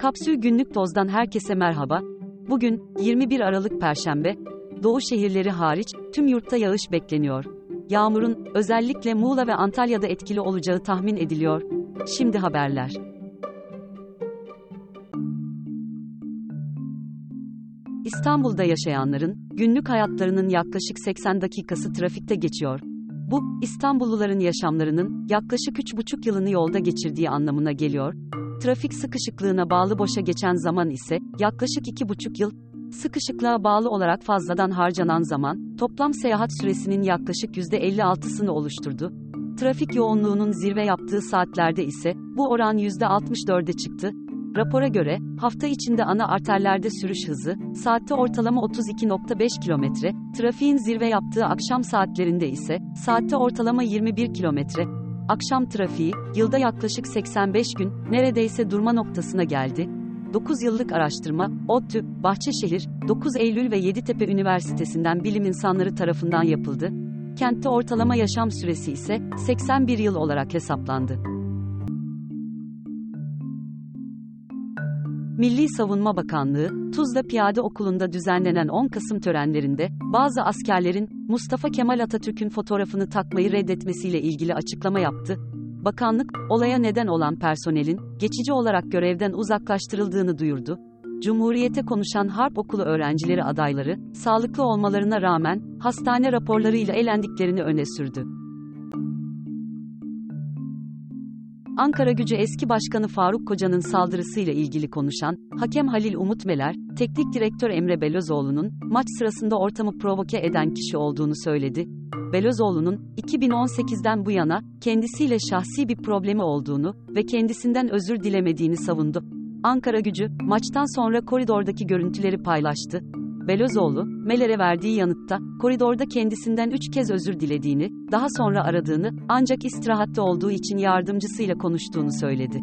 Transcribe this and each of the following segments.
Kapsül Günlük Toz'dan herkese merhaba. Bugün, 21 Aralık Perşembe. Doğu şehirleri hariç, tüm yurtta yağış bekleniyor. Yağmurun, özellikle Muğla ve Antalya'da etkili olacağı tahmin ediliyor. Şimdi haberler. İstanbul'da yaşayanların, günlük hayatlarının yaklaşık 80 dakikası trafikte geçiyor. Bu, İstanbulluların yaşamlarının, yaklaşık 3,5 yılını yolda geçirdiği anlamına geliyor. Trafik sıkışıklığına bağlı boşa geçen zaman ise, yaklaşık 2,5 yıl. Sıkışıklığa bağlı olarak fazladan harcanan zaman, toplam seyahat süresinin yaklaşık %56'sını oluşturdu. Trafik yoğunluğunun zirve yaptığı saatlerde ise, bu oran %64'e çıktı. Rapora göre, hafta içinde ana arterlerde sürüş hızı, saatte ortalama 32,5 km, trafiğin zirve yaptığı akşam saatlerinde ise, saatte ortalama 21 km. Akşam trafiği, yılda yaklaşık 85 gün, neredeyse durma noktasına geldi. 9 yıllık araştırma, ODTÜ, Bahçeşehir, 9 Eylül ve Yeditepe Üniversitesi'nden bilim insanları tarafından yapıldı. Kentte ortalama yaşam süresi ise, 81 yıl olarak hesaplandı. Milli Savunma Bakanlığı, Tuzla Piyade Okulu'nda düzenlenen 10 Kasım törenlerinde, bazı askerlerin, Mustafa Kemal Atatürk'ün fotoğrafını takmayı reddetmesiyle ilgili açıklama yaptı. Bakanlık, olaya neden olan personelin, geçici olarak görevden uzaklaştırıldığını duyurdu. Cumhuriyete konuşan harp okulu öğrencileri adayları, sağlıklı olmalarına rağmen, hastane raporlarıyla elendiklerini öne sürdü. Ankaragücü eski başkanı Faruk Koca'nın saldırısıyla ilgili konuşan, hakem Halil Umut Meler, teknik direktör Emre Belözoğlu'nun, maç sırasında ortamı provoke eden kişi olduğunu söyledi. Belözoğlu'nun, 2018'den bu yana, kendisiyle şahsi bir problemi olduğunu ve kendisinden özür dilemediğini savundu. Ankaragücü, maçtan sonra koridordaki görüntüleri paylaştı. Belözoğlu, Meler'e verdiği yanıtta, koridorda kendisinden 3 kez özür dilediğini, daha sonra aradığını, ancak istirahatte olduğu için yardımcısıyla konuştuğunu söyledi.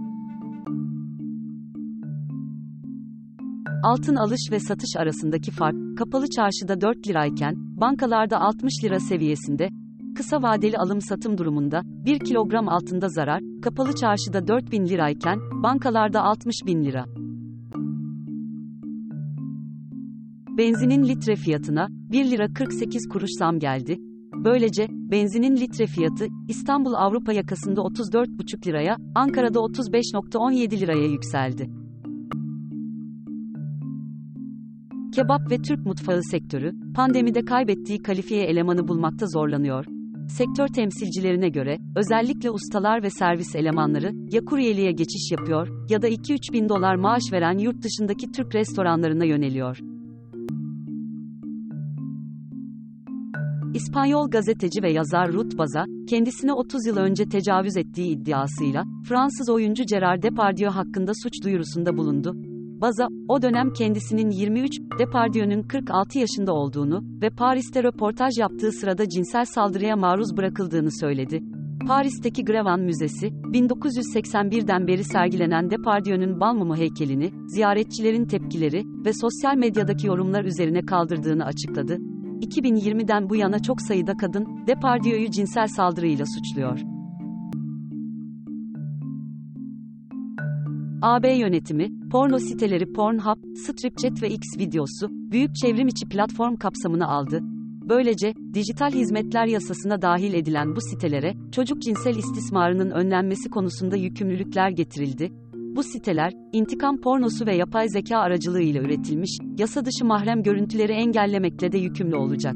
Altın alış ve satış arasındaki fark, kapalı çarşıda 4 lirayken, bankalarda 60 lira seviyesinde. Kısa vadeli alım-satım durumunda, 1 kilogram altında zarar, kapalı çarşıda 4.000 lirayken, bankalarda 60.000 lira. Benzinin litre fiyatına, 1 lira 48 kuruş zam geldi. Böylece, benzinin litre fiyatı, İstanbul Avrupa yakasında 34,5 liraya, Ankara'da 35,17 liraya yükseldi. Kebap ve Türk mutfağı sektörü, pandemide kaybettiği kalifiye elemanı bulmakta zorlanıyor. Sektör temsilcilerine göre, özellikle ustalar ve servis elemanları, ya kuryeliğe geçiş yapıyor, ya da 2-3 bin dolar maaş veren yurt dışındaki Türk restoranlarına yöneliyor. İspanyol gazeteci ve yazar Ruth Baza, kendisine 30 yıl önce tecavüz ettiği iddiasıyla, Fransız oyuncu Gerard Depardieu hakkında suç duyurusunda bulundu. Baza, o dönem kendisinin 23, Depardieu'nun 46 yaşında olduğunu ve Paris'te röportaj yaptığı sırada cinsel saldırıya maruz bırakıldığını söyledi. Paris'teki Grévin Müzesi, 1981'den beri sergilenen Depardieu'nun bal mumu heykelini, ziyaretçilerin tepkileri ve sosyal medyadaki yorumlar üzerine kaldırdığını açıkladı. 2020'den bu yana çok sayıda kadın, Depardieu'yu cinsel saldırıyla suçluyor. AB yönetimi, porno siteleri Pornhub, Stripchat ve Xvideosu, büyük çevrimiçi platform kapsamına aldı. Böylece, dijital hizmetler yasasına dahil edilen bu sitelere, çocuk cinsel istismarının önlenmesi konusunda yükümlülükler getirildi. Bu siteler, intikam pornosu ve yapay zeka aracılığıyla üretilmiş, yasa dışı mahrem görüntüleri engellemekle de yükümlü olacak.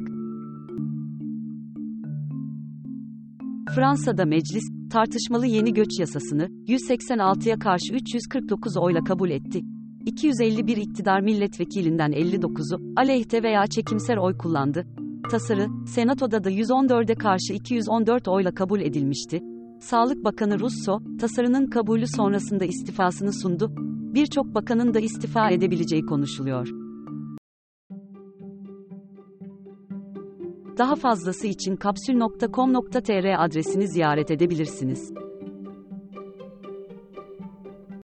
Fransa'da meclis, tartışmalı yeni göç yasasını, 186'ya karşı 349 oyla kabul etti. 251 iktidar milletvekilinden 59'u, aleyhte veya çekimser oy kullandı. Tasarı, Senato'da da 114'e karşı 214 oyla kabul edilmişti. Sağlık Bakanı Russo, tasarının kabulü sonrasında istifasını sundu. Birçok bakanın da istifa edebileceği konuşuluyor. Daha fazlası için kapsül.com.tr adresini ziyaret edebilirsiniz.